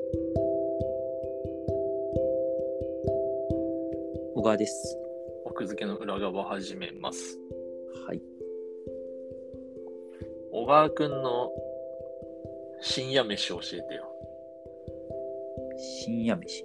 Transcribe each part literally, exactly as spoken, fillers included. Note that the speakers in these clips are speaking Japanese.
小川です。 奥付けの裏側始めます。 はい。 小川くんの深夜飯教えてよ。 深夜飯。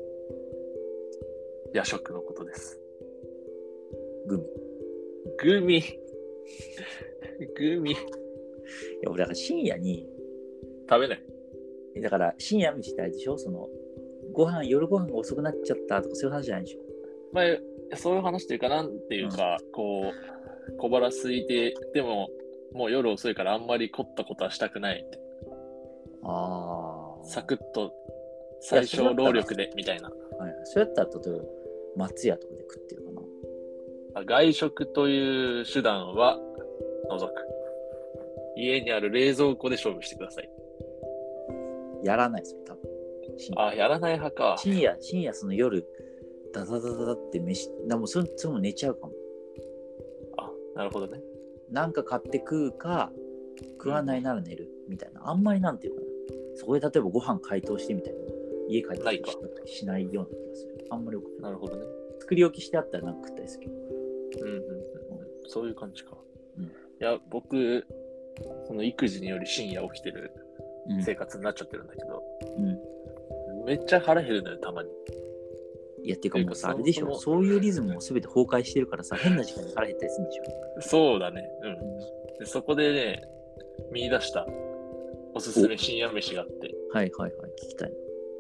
夜食のことです。 グミ。 グミ。グミ。いや、俺だから深夜に、 食べない。 だから深夜飯ってあれでしょ、その、ご飯、夜ご飯が遅くなっちゃったとかそういう話じゃないでしょ。 まあ、そういう話というか、なんていうか、うん、こう、小腹空いて、でも、もう夜遅いからあんまり凝ったことはしたくないって。 ああ。 サクッと、最小労力で、みたいな。 はい。そうやったら、例えば、松屋とかで食ってるかな。 外食という手段は除く。家にある冷蔵庫で勝負してください。 やらないですよ、多分。 あ、やらない派か。 深夜、深夜その夜、ダダダダダって飯、でもそれも寝ちゃうかも。 あ、なるほどね。 なんか買って食うか、食わないなら寝るみたいな。あんまりなんていうかな。そこで例えばご飯解凍してみたいな。家帰ってきしないような気がする。あんまりよくない。 なるほどね。 作り置きしてあったらなんか食ったりするけど。 うんうんうん。そういう感じか。 うん、 いや、僕、その育児により深夜起きてる生活になっちゃってるんだけど、うん、めっちゃ腹減るのよ、たまに。 いや、っていうかもうさ、あれでしょ、そういうリズムも全て崩壊してるからさ、変な時間に腹減ったりするんでしょ。 そうだね。うん。うん、でそこでね、見出したおすすめ深夜飯があって。 はいはいはい、聞きたい。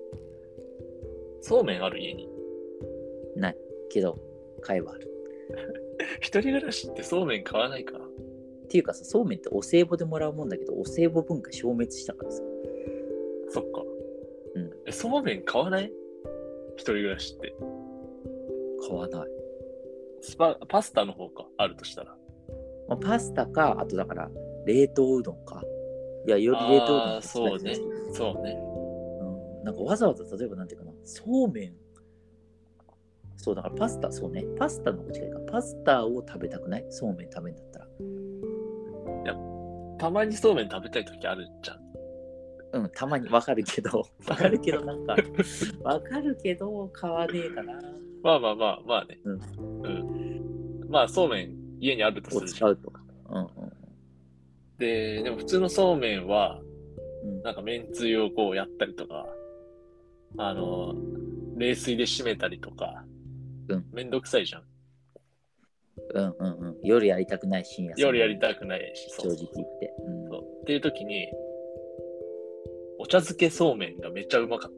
そうめんある家に？ ない。けど、買えばある。 一人暮らしってそうめん買わないか？ っていうかさ、そうめんってお歳暮でもらうもんだけど、お歳暮文化消滅したからさ。 そっか。 うん。 え、そうめん買わない？一人暮らしって。 買わない。 スパ、パスタの方か、あるとしたら。 まあ、パスタか、あとだから、冷凍うどんか。いや、より冷凍うどん。 ああ、そうね。そうね。 うん。なんかわざわざ、例えばなんていうかな、そうめん。そうだからパスタ、そうね。パスタの方が近いか。パスタを食べたくない？そうめん食べんだったら。 いや、たまにそうめん食べたい時あるじゃん。 うん、たまにわかるけど、わかるけど、なんか、わかるけど、買わねえかな。 まあまあまあ、まあね。 うん。 うん。まあ、そうめん家にあるとするじゃん。 使うとか。うんうん。 で、でも普通のそうめんは、うん、なんかめんつゆをこうやったりとか、あの、冷水で締めたりとか、うん。めんどくさいじゃん。 うんうんうん。夜やりたくない深夜。 夜やりたくないし、 正直言って。 うん、そうっていう時に、お茶漬けそうめんがめっちゃうまかった。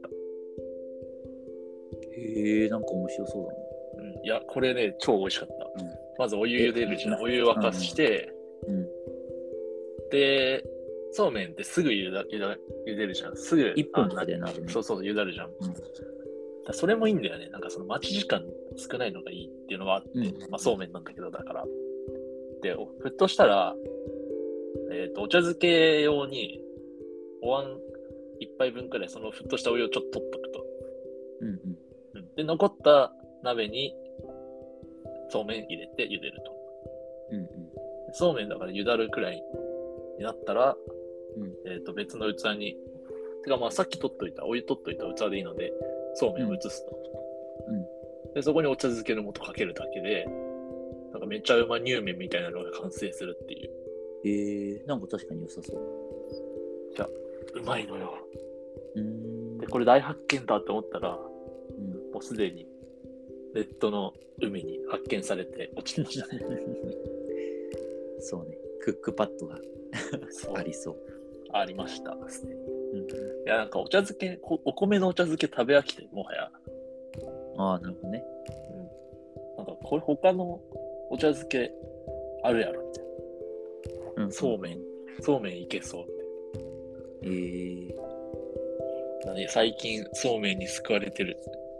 へえ、なんか面白そうだね。 うん。いや、これね、超美味しかった。うん、まずお湯茹でるじゃん。お湯沸かして、うんうん、で、そうめんってすぐ茹だ茹だ茹でるじゃん。すぐ。 いっぷんとかでなるね。 そうそう、茹だるじゃん。うん、だそれもいいんだよね。なんかその待ち時間少ないのがいいっていうのがあって、うん、まあそうめんなんだけど、だから。で、沸騰したら、えっと、お茶漬け用に、お椀一杯分くらい、その沸騰したお湯をちょっと取っとくと。うんうんうん、で、残った鍋に、そうめん入れて茹でると。うんうん、そうめんだから茹だるくらいになったら、うん、えっと、別の器に、てかまあさっき取っといた、お湯取っといた器でいいので、そうめんを移すと。うんうん、で、そこにお茶漬けの素かけるだけで、なんかめっちゃうま乳麺みたいなのが完成するっていう。 えー、なんか確かに良さそう。 じゃあ、うまいのよ。うーんで、これ大発見だと思ったら、うん、もうすでにネットの海に発見されて落ちてましたね。 そうね、クックパッドがありそう。 ありましたですね。うん、いや、なんかお茶漬け、お米のお茶漬け食べ飽きて、もはや。 ああ、なるほどね。 うん。なんかこれ他のお茶漬けあるやろみたいな。うん、そうめん、そうめんいけそうって。えー。何最近そうめんに救われてる。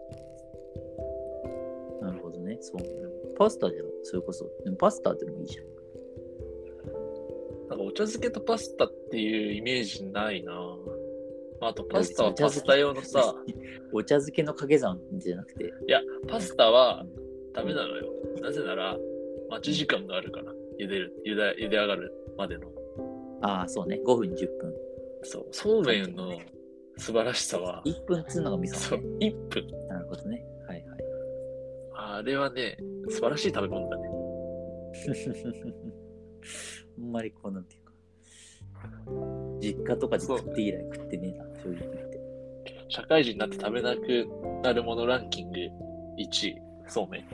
なるほどね。そうめん。パスタではそれこそ、でもパスタでもいいじゃん。 なんかお茶漬けとパスタっていうイメージないな。あとパスタはパスタ用のさ、 お茶漬けの掛け算じゃなくて。 いや、パスタはダメなのよ。なぜなら、待ち時間があるから、茹でる、茹で、茹で上がるまでの。 ああ、そうね。ごふん、じゅっぷん。 そう、そうめんの素晴らしさは、 いっぷんっつうのが味そう、 噌ね。 いっぷん。 なるほどね。はいはい。 あれはね、素晴らしい食べ物だね。 あんまりこうなんていうか、実家とかで食って以来食ってねえな、正直言って。 社会人になって食べなくなるものランキングいちい、そうめん。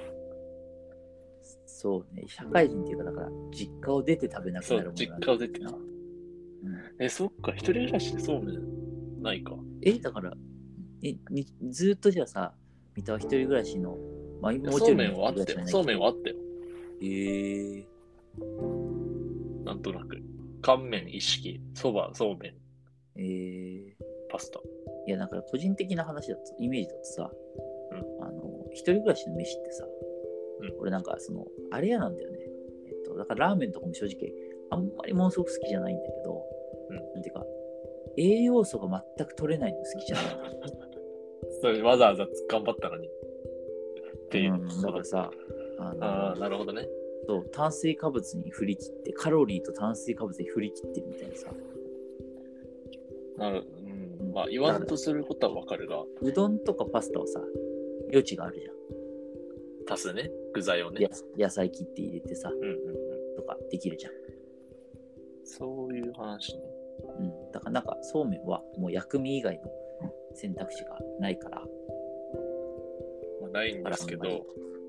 そうね、社会人っていうか、だから、実家を出て食べなくなるものなんだそう実家を出てな。 うん、 え、そっか、一人暮らしでそうめんないか。 え、だから、えにずーっとじゃあさ、三田は一人暮らしの、まあ、もそうちろんめんはあったよ。そうめんはあったよ。 えー、 なんとなく。乾麺一式、そば、そうめん、 えー、 パスタ。 いや、だから個人的な話だと、イメージだとさ、 うんあの、一人暮らしの飯ってさ、 うん俺なんかその、あれやなんだよね。えっと、だからラーメンとかも正直、あんまりものすごく好きじゃないんだけど、 うんなんていうか、栄養素が全く取れないの好きじゃない。 それわざわざ頑張ったのに。っていう。 うん、だからさ、あのああ、なるほどね。 そう炭水化物に振り切って、カロリーと炭水化物に振り切ってるみたいなさ。 なるうん、まあ、言わんとすることはわかるが、 うどんとかパスタはさ、余地があるじゃん。 足すね、具材をね。 や野菜切って入れてさ、 うんうんうん。 とかできるじゃん。 そういう話ね。 うん。だからなんかそうめんはもう薬味以外の選択肢がないから。 まあ、ないんですけど、 う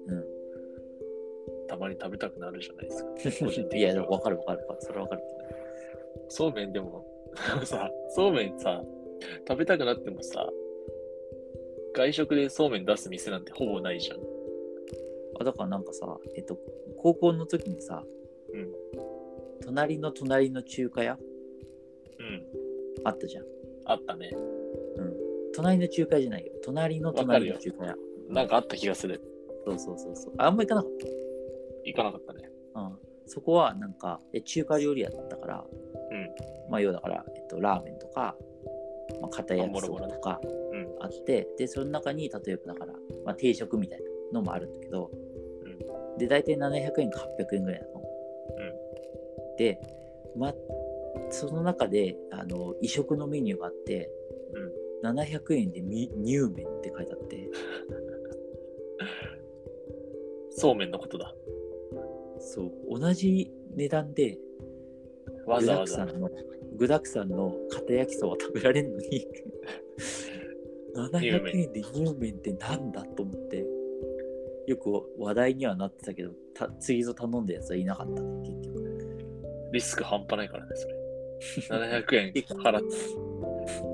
たまに食べたくなるじゃないですか。個人ん。 的いや、 にはでも分かる分かる分かる。それは分かるけど。 そうめんでも、さ、そうめんさ、食べたくなってもさ、外食でそうめん出す店なんてほぼないじゃん。 あ、だからなんかさ、えっと、高校の時にさ、 うん。 隣の隣の中華屋うん。 あったじゃん。 あったね。 うん。隣の中華屋じゃないよ。隣の隣の中華屋。 なんかあった気がする。 そうそうそうそう。あ、あんま行かなかっ行かなかったね。 た。うん。そこはなんか、え中華料理屋だったから、 うん。 まあ要はだから、えっと、ラーメンとか、まあ、片焼きそばとかうん。 あって、で、その中に例えばだから、まあ、定食みたいなのもあるんだけど、 うん。 で、大体ななひゃくえんかはっぴゃくえんぐらいなの。 うん。 で、ま、その中で、あの、異色のメニューがあって、 うん。 ななひゃくえんでみ乳麺って書いてあって、 そうめんのことだ。 そう、同じ値段で、具わざわざ。 だくさんの、具だくさんの片焼きそば食べられるのに、ななひゃくえんで乳麺ってなんだと思って、よく話題にはなってたけど、た次ぞ頼んだやつはいなかったね、結局。 リスク半端ないからね、それ。ななひゃくえん払って。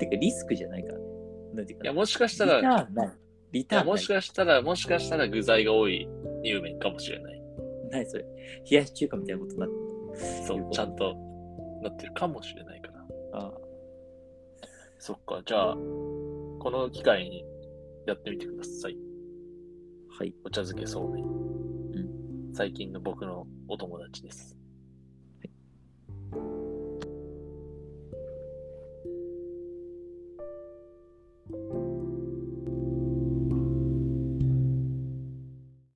てか、リスクじゃないからね。なんていうかいや、もしかしたリタら、 ーンない。リいや、 ターンない。 もしかしたら、もしかしたら具材が多い乳麺かもしれない。 何それ。冷やし中華みたいなことになってる。 そう、ちゃんとなってるかもしれないから。 ああ、 そっか、じゃあ、この機会にやってみてください。 はい。 お茶漬けそうめん。 うん。 最近の僕のお友達です。